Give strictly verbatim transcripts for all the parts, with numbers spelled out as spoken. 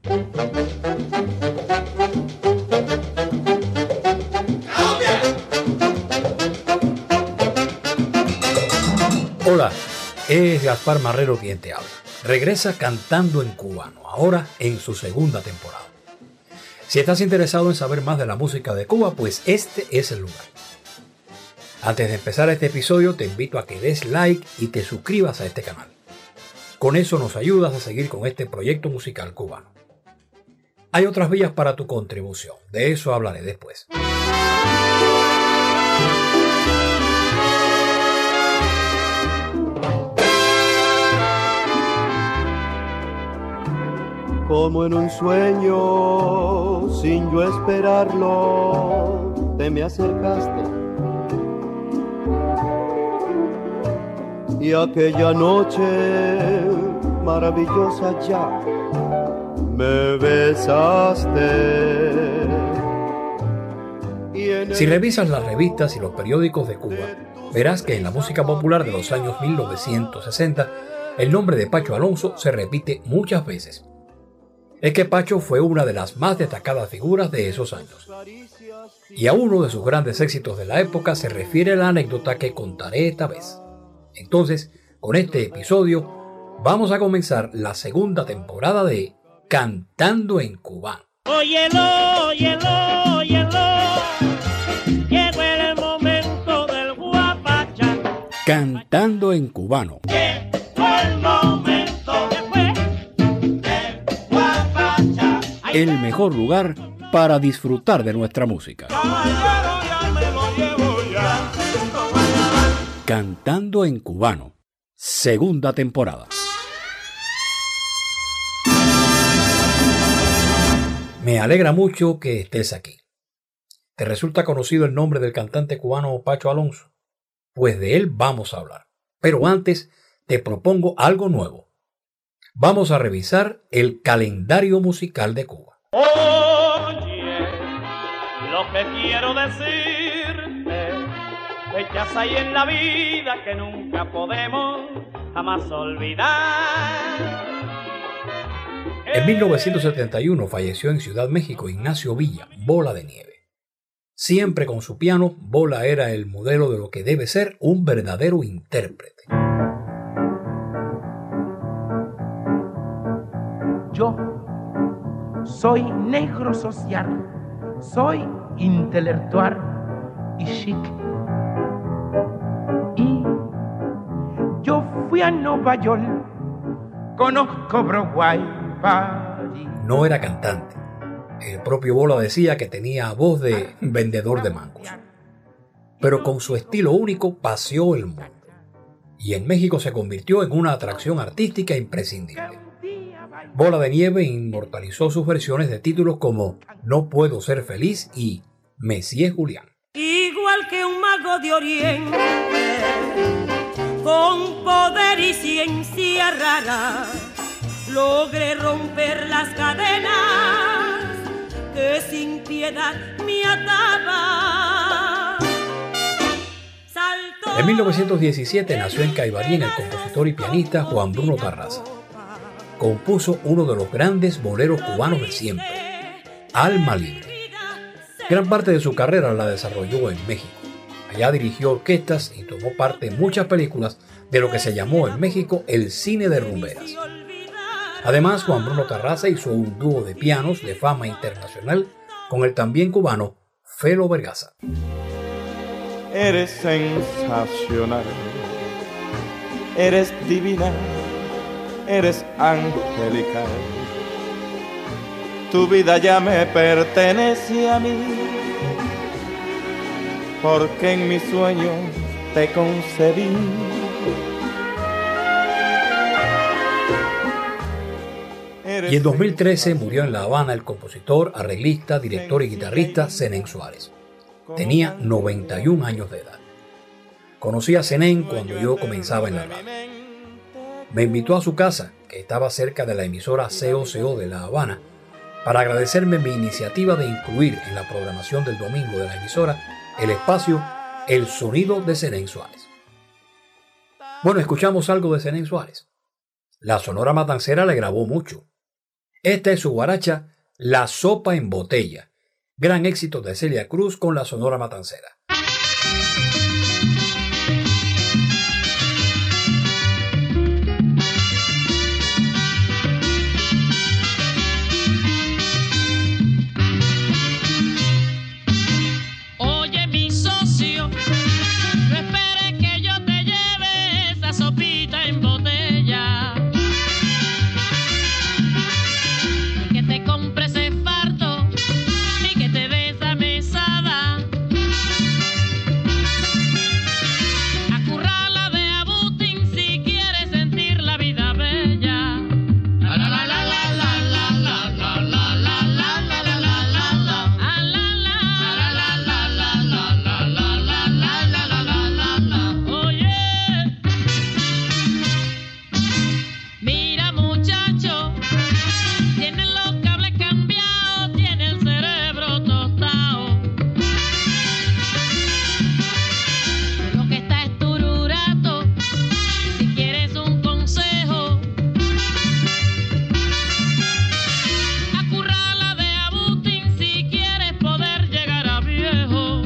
Hola, es Gaspar Marrero quien te habla. Regresa Cantando en Cubano, ahora en su segunda temporada. Si estás interesado en saber más de la música de Cuba, pues este es el lugar. Antes de empezar este episodio, te invito a que des like y te suscribas a este canal. Con eso nos ayudas a seguir con este proyecto musical cubano. Hay otras vías para tu contribución, de eso hablaré después. Como en un sueño, sin yo esperarlo, te me acercaste. Y aquella noche maravillosa ya me besaste. Si revisas las revistas y los periódicos de Cuba, verás que en la música popular de los años mil novecientos sesenta, el nombre de Pacho Alonso se repite muchas veces. Es que Pacho fue una de las más destacadas figuras de esos años. Y a uno de sus grandes éxitos de la época se refiere la anécdota que contaré esta vez. Entonces, con este episodio, vamos a comenzar la segunda temporada de Cantando en Cubano. Óyelo, óyelo, óyelo, llegó el momento del guapacha. Cantando en Cubano. Llegó el momento después del guapacha. El mejor lugar para disfrutar de nuestra música. Caballero, ya me lo llevo ya. Cantando en Cubano, segunda temporada. Me alegra mucho que estés aquí. ¿Te resulta conocido el nombre del cantante cubano Pacho Alonso? Pues de él vamos a hablar. Pero antes te propongo algo nuevo. Vamos a revisar el calendario musical de Cuba. Oye, lo que quiero decirte, fechas hay en la vida que nunca podemos jamás olvidar. En mil novecientos setenta y uno falleció en Ciudad México Ignacio Villa, Bola de Nieve. Siempre con su piano, Bola era el modelo de lo que debe ser un verdadero intérprete. Yo soy negro social, soy intelectual y chic. Y yo fui a Nueva York, conozco Broadway, París. No era cantante. El propio Bola decía que tenía voz de vendedor de mangos. Pero con su estilo único paseó el mundo. Y en México se convirtió en una atracción artística imprescindible. Bola de Nieve inmortalizó sus versiones de títulos como No puedo ser feliz y Messier Julián. Igual que un mago de Oriente, con poder y ciencia rara, logré romper las cadenas que sin piedad me ataban. Saltó. En mil novecientos diecisiete nació en Caibarín el compositor y pianista Juan Bruno Tarraza. Compuso uno de los grandes boleros cubanos de siempre, Alma Libre. Gran parte de su carrera la desarrolló en México. Allá dirigió orquestas y tomó parte en muchas películas de lo que se llamó en México el cine de rumberas. Además, Juan Bruno Tarraza hizo un dúo de pianos de fama internacional con el también cubano Felo Vergaza. Eres sensacional, eres divina, eres angelical. Tu vida ya me pertenece a mí, porque en mis sueños te concebí. Y en dos mil trece murió en La Habana el compositor, arreglista, director y guitarrista Zenén Suárez. Tenía noventa y un años de edad. Conocí a Zenén cuando yo comenzaba en la radio. Me invitó a su casa, que estaba cerca de la emisora C O C O de La Habana, para agradecerme mi iniciativa de incluir en la programación del domingo de la emisora el espacio El Sonido de Zenén Suárez. Bueno, escuchamos algo de Zenén Suárez. La Sonora Matancera le grabó mucho. Esta es su guaracha La Sopa en Botella, gran éxito de Celia Cruz con la Sonora Matancera. Oye, mi socio, no esperes que yo te lleve esa sopita en botella. Ni que te compre ese fardo, ni que te dé esa mesada. Acurrala de abutín si quieres sentir la vida bella. La la la la la la la la la la la la la la la la. Ah, la la la la la la la la la la la la la la la. Oye, mira muchacho, tiene los cables cambiados, tiene el cerebro tostado. Lo que está es tururato, si quieres un consejo, acurrala de abutín si quieres poder llegar a viejo.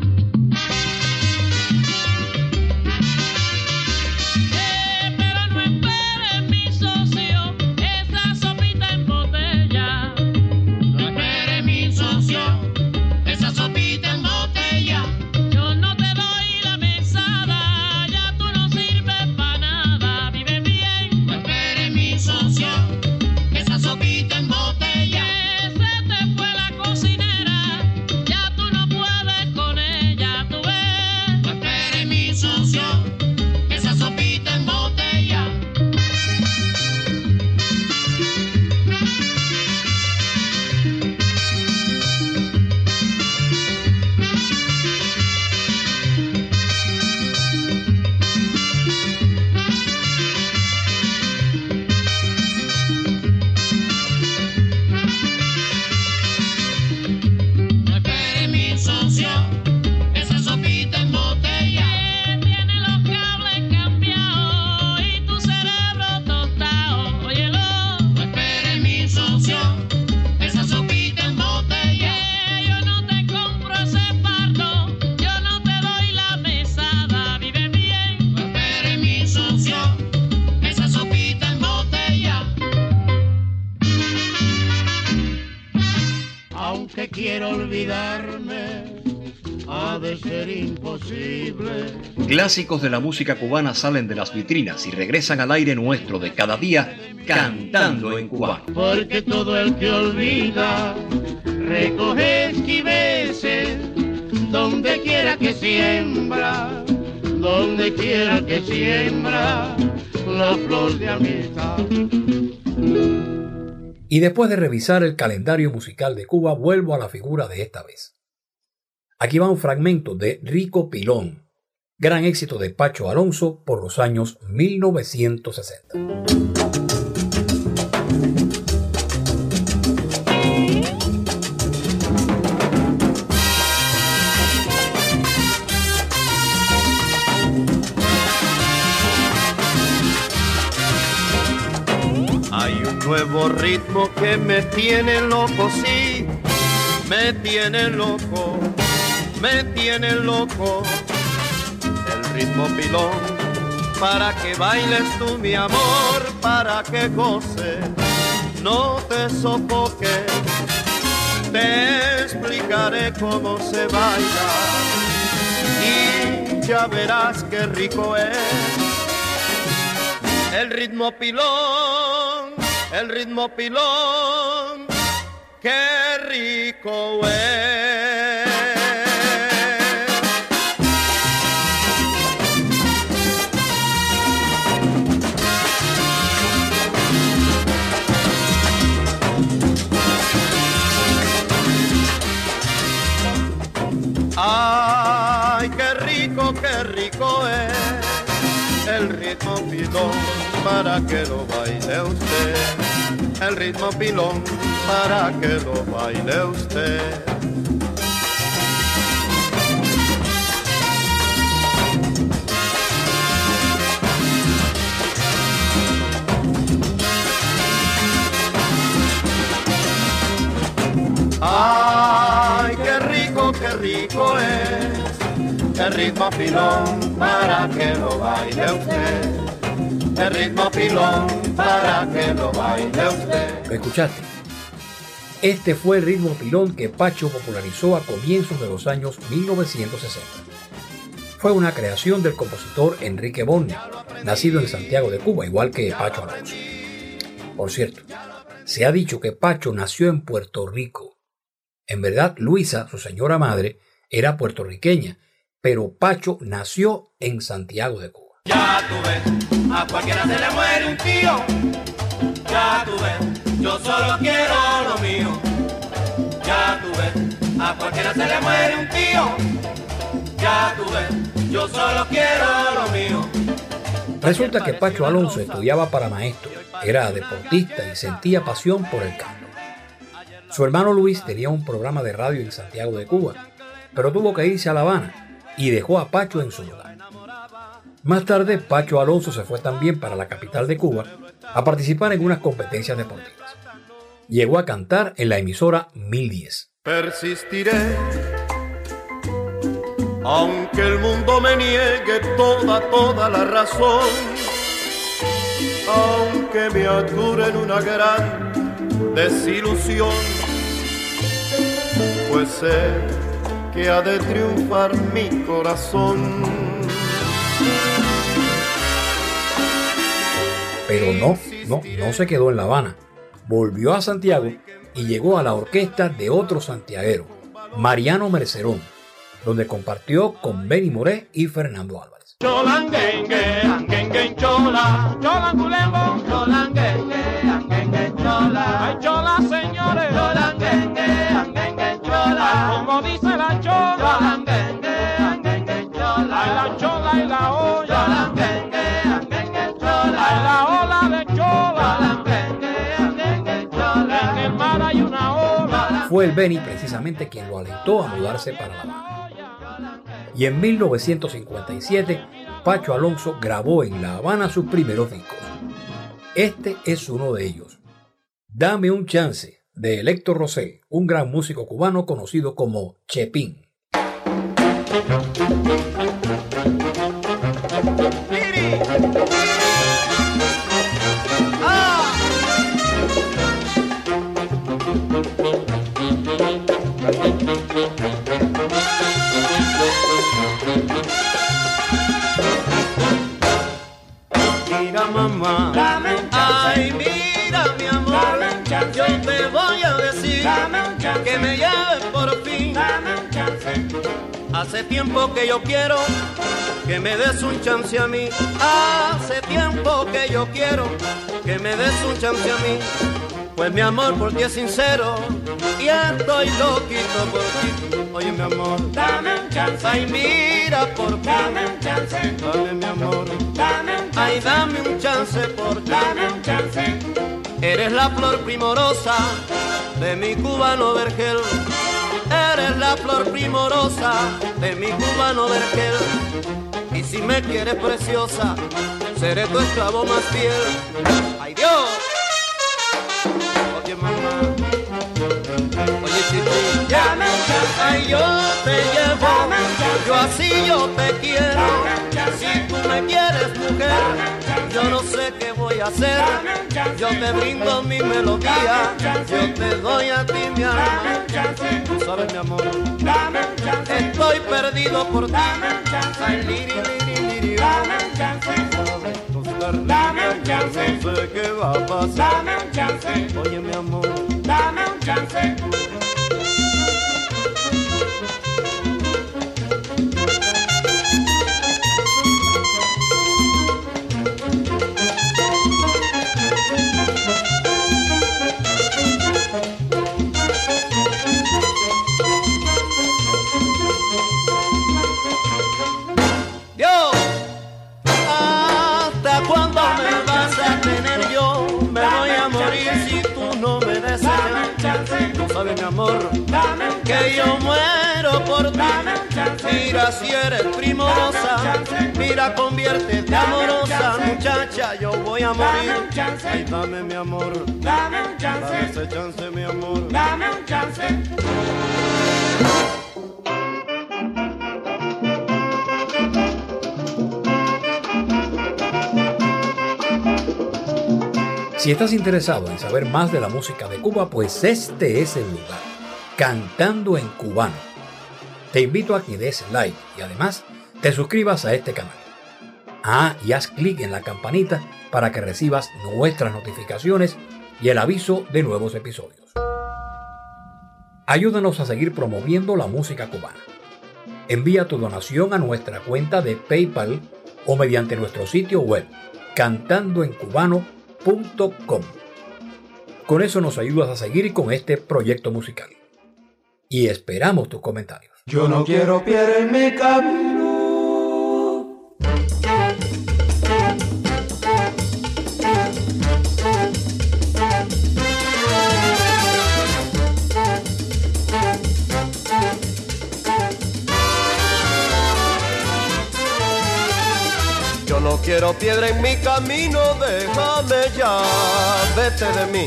Eh, pero no esperes, mi socio, esa sopita en botella. No esperes, mi socio, esa sopita en botella. Yo no te doy la mesada, ya tú no sirves para nada. Vive bien. No esperes, mi socio, esa sopita en botella. Que se te fue la cocinera, ya tú no puedes con ella, tú ves. No esperes, mi socio, esa sopita en botella. No esperes, mi socio, esa sopita en botella. Tiene los cables cambiados y tu cerebro tostado. Óyelo. No esperes, mi socio, esa sopita en botella. Yo no te compro ese fardo, yo no te doy la mesada. Vive bien. No esperes, mi socio, esa sopita en botella. Aunque quiero olvidarme, ha de ser imposible. Clásicos de la música cubana salen de las vitrinas y regresan al aire nuestro de cada día, cantando en cubano. Porque todo el que olvida recoge esquiveces donde quiera que siembra, donde quiera que siembra la flor de amistad. Y después de revisar el calendario musical de Cuba, vuelvo a la figura de esta vez. Aquí va un fragmento de Rico Pilón, gran éxito de Pacho Alonso por los años mil novecientos sesenta. Hay un nuevo ritmo que me tiene loco, sí, me tiene loco, me tiene loco. El ritmo pilón, para que bailes tú mi amor, para que goces, no te sofoques. Te explicaré cómo se baila y ya verás qué rico es. El ritmo pilón, el ritmo pilón, qué rico es. Ay, qué rico, qué rico es el ritmo pilón, para que lo baile usted. El ritmo pilón, para que lo baile usted. Ay, qué rico, qué rico es el ritmo pilón para que lo baile usted. El ritmo pilón para que lo baile usted. ¿Lo escuchaste? Este fue el ritmo pilón que Pacho popularizó a comienzos de los años mil novecientos sesenta. Fue una creación del compositor Enrique Borne, nacido en Santiago de Cuba, igual que Pacho Alonso. Por cierto, se ha dicho que Pacho nació en Puerto Rico. En verdad, Luisa, su señora madre, era puertorriqueña, pero Pacho nació en Santiago de Cuba. Ya tú ves, a cualquiera se le muere un tío. Ya tú ves, yo solo quiero lo mío. Ya tú ves, a cualquiera se le muere un tío. Ya tú ves, yo solo quiero lo mío. Resulta que Pacho Alonso estudiaba para maestro, era deportista y sentía pasión por el canto. Su hermano Luis tenía un programa de radio en Santiago de Cuba, pero tuvo que irse a La Habana y dejó a Pacho en su lugar. Más tarde, Pacho Alonso se fue también para la capital de Cuba a participar en unas competencias deportivas. Llegó a cantar en la emisora mil diez. Persistiré, aunque el mundo me niegue toda, toda la razón, aunque me ature en una gran desilusión, pues sé que ha de triunfar mi corazón. Pero no, no, no se quedó en La Habana. Volvió a Santiago y llegó a la orquesta de otro santiaguero, Mariano Mercerón, donde compartió con Benny Moré y Fernando Álvarez. Cholangengue, angengue, chola, cholangulembo, cholangengue, angengue, chola, ay chola señores, cholangengue, angengue, chola, como dice la chola, cholangengue, angengue, chola, ay la chola y la olla, cholangengue, angengue, chola, ay la ola de chola, cholangengue, angengue, chola, en el mar hay una ola. Fue el Benny precisamente quien lo alentó a mudarse para La Habana. Y en mil novecientos cincuenta y siete, Pacho Alonso grabó en La Habana sus primeros discos. Este es uno de ellos. Dame un chance, de Electo Rosé, un gran músico cubano conocido como Chepín. Mira mamá, dame un chance. Ay mira mi amor, dame un chance. Yo te voy a decir, dame un chance. Que me lleves por fin, dame un chance. Hace tiempo que yo quiero que me des un chance a mí. Hace tiempo que yo quiero que me des un chance a mí. Pues mi amor por ti es sincero y estoy loquito por ti. Oye mi amor, dame un chance. Ay mira por ti, dame un chance. Dame mi amor, dame un chance. Ay dame un chance por ti, dame un chance. Eres la flor primorosa de mi cubano vergel. Eres la flor primorosa de mi cubano vergel. Y si me quieres preciosa, seré tu esclavo más fiel. ¡Ay Dios! Oye mamá, oye chichi, dame un chance. Ay yo te llevo, yo así yo te quiero. Si tú me quieres mujer, yo no sé qué voy a hacer. Yo te brindo mi melodía, yo te doy a ti mi alma. Tú sabes mi amor, estoy perdido por ti. Ay liri liri liri, dame un chance. Dame un chance, no sé qué va a pasar. Dame un chance, oye mi amor, dame un chance. Dios, ¿hasta cuándo me vas a tener yo? Me voy a morir si tú no me des el chance. Tú sabes mi amor, dame un que yo muero por ti. Mira si eres primorosa, mira conviértete amorosa, muchacha, yo voy a morir. Ay, dame mi amor, dame ese chance, mi amor. Dame un chance. Si estás interesado en saber más de la música de Cuba, pues este es el lugar, Cantando en Cubano. Te invito a que des like y además te suscribas a este canal. Ah, y haz clic en la campanita para que recibas nuestras notificaciones y el aviso de nuevos episodios. Ayúdanos a seguir promoviendo la música cubana. Envía tu donación a nuestra cuenta de PayPal o mediante nuestro sitio web, cantando en cubano punto com. Con eso nos ayudas a seguir con este proyecto musical. Y esperamos tus comentarios. Yo no quiero piedra en mi camino. Yo no quiero piedra en mi camino, déjame ya, vete de mí,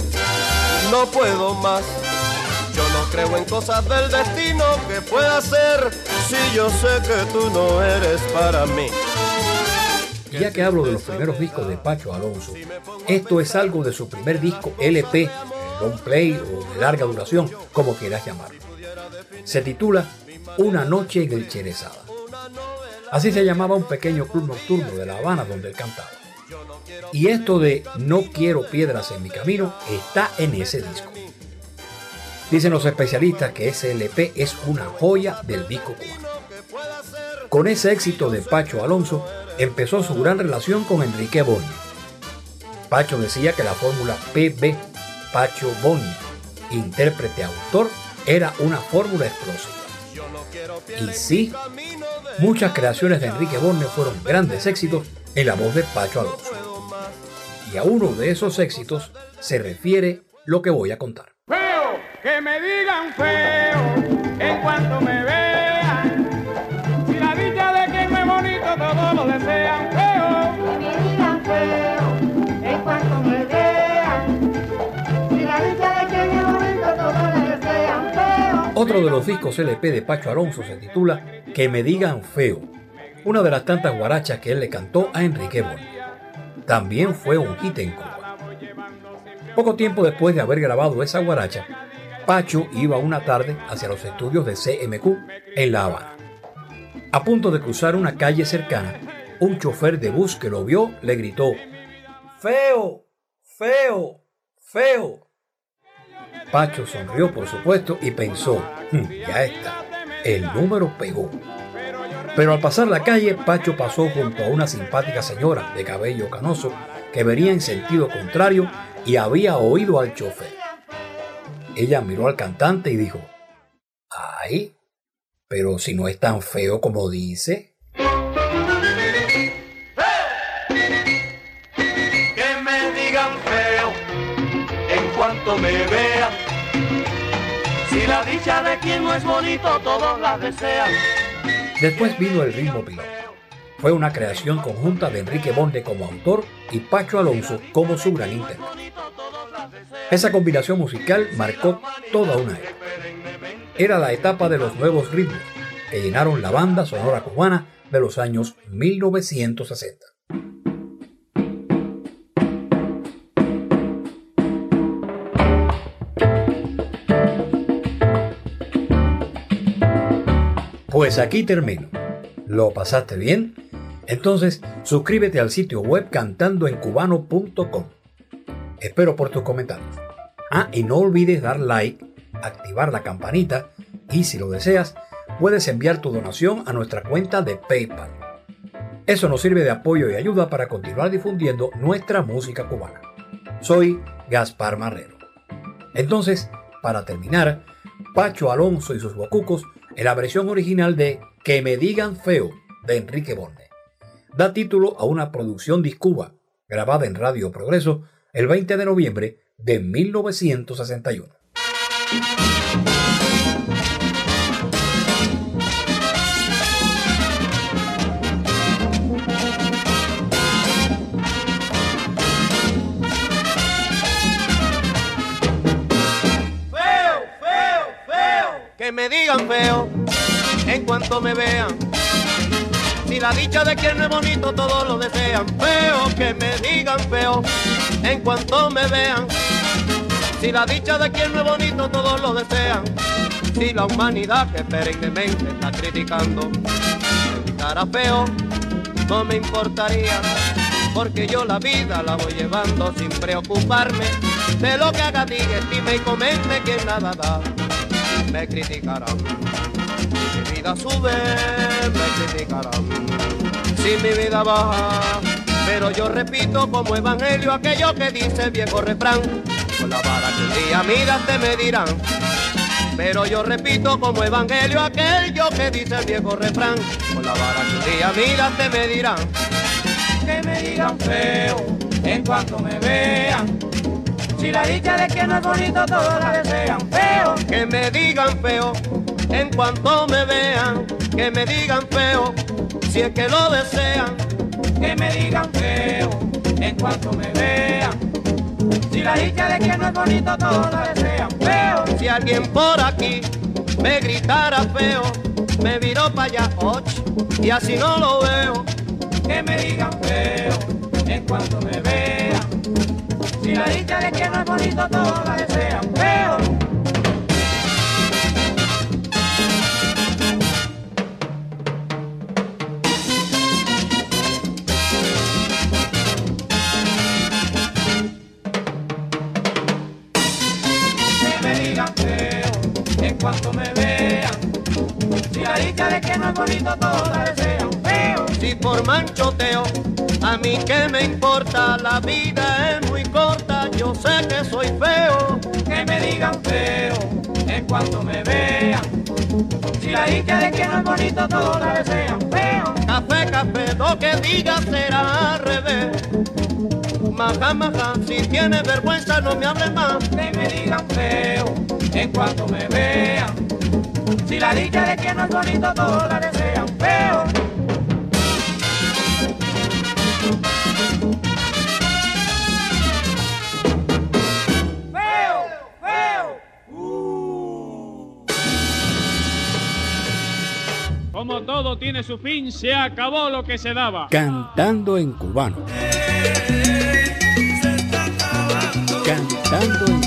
no puedo más. Yo no creo en cosas del destino que pueda ser, si yo sé que tú no eres para mí. Ya que hablo de los primeros discos de Pacho Alonso, esto es algo de su primer disco L P, long play o de larga duración, como quieras llamarlo. Se titula Una noche en el Cherezada. Así se llamaba un pequeño club nocturno de La Habana donde él cantaba. Y esto de No quiero piedras en mi camino está en ese disco. Dicen los especialistas que ese L P es una joya del disco cubano. Con ese éxito de Pacho Alonso empezó su gran relación con Enrique Borne. Pacho decía que la fórmula P B, Pacho Borne, intérprete-autor, era una fórmula explosiva. Y sí, muchas creaciones de Enrique Borne fueron grandes éxitos en la voz de Pacho Alonso. Y a uno de esos éxitos se refiere lo que voy a contar. Feo, que me digan feo en cuanto me vean. Si la dicha de quien no es bonito todos lo desean. Feo, que me digan feo en cuanto me vean. Si la dicha de quien es bonito todos lo desean. Feo. Otro de los discos L P de Pacho Alonso se titula Que me digan feo, una de las tantas guarachas que él le cantó a Enrique Borne. También fue un hit en Cuba. Poco tiempo después de haber grabado esa guaracha, Pacho iba una tarde hacia los estudios de C M Q en La Habana. A punto de cruzar una calle cercana, un chofer de bus que lo vio le gritó: ¡Feo! ¡Feo! ¡Feo! Pacho sonrió, por supuesto, y pensó: hm, ya está, el número pegó. Pero al pasar la calle, Pacho pasó junto a una simpática señora de cabello canoso que venía en sentido contrario y había oído al chofer. Ella miró al cantante y dijo: ¡ay! Pero si no es tan feo como dice. que me digan feo en cuanto me vean. Si la dicha de quien no es bonito todos la desean. Después vino el ritmo piloto. Fue una creación conjunta de Enrique Borne como autor y Pacho Alonso como su gran intérprete. Esa combinación musical marcó toda una época. Era la etapa de los nuevos ritmos que llenaron la banda sonora cubana de los años mil novecientos sesenta. Pues aquí termino. ¿Lo pasaste bien? Entonces, suscríbete al sitio web cantando en cubano punto com. Espero por tus comentarios. Ah, y no olvides dar like, activar la campanita y, si lo deseas, puedes enviar tu donación a nuestra cuenta de PayPal. Eso nos sirve de apoyo y ayuda para continuar difundiendo nuestra música cubana. Soy Gaspar Marrero. Entonces, para terminar, Pacho Alonso y sus bocucos en la versión original de Que me digan feo de Enrique Borne. Da título a una producción discuba grabada en Radio Progreso el veinte de noviembre de mil novecientos sesenta y uno. Que me digan feo en cuanto me vean. Si la dicha de quien no es bonito todos lo desean. Feo, que me digan feo en cuanto me vean. Si la dicha de quien no es bonito todos lo desean. Si la humanidad que perennemente está criticando me gritara feo, no me importaría, porque yo la vida la voy llevando sin preocuparme de lo que haga, diga, estime y comente quien nada da. Me criticarán, si mi vida sube, me criticarán, si mi vida baja, pero yo repito como evangelio aquello que dice el viejo refrán, con la vara que un día miras te medirán, pero yo repito como evangelio aquello que dice el viejo refrán, con la vara que un día miras te medirán. Que me digan feo en cuanto me vean. Si la dicha de que no es bonito todos la desean. Feo, que me digan feo en cuanto me vean. Que me digan feo si es que lo desean. Que me digan feo en cuanto me vean. Si la dicha de que no es bonito todos la desean. Feo, si alguien por aquí me gritara feo, me viro para allá, och, y así no lo veo. Que me digan feo en cuanto me vean. Si la dicha de que no es bonito todos la desean. Feo, que me digan feo en cuanto me vean. Si la dicha de que no es bonito todos la desean. Feo, si por manchoteo a mí que me importa, la vida es muy corta, yo sé que soy feo. Que me digan feo en cuanto me vean. Si la dicha de que no es bonito todos la desean. Feo, café, café, lo que diga será al revés. Maja, maja, si tienes vergüenza no me hables más. Que me digan feo en cuanto me vean. Si la dicha de que no es bonito todos la desean. Feo, Como todo tiene su fin, se acabó lo que se daba. Cantando en cubano. Cantando en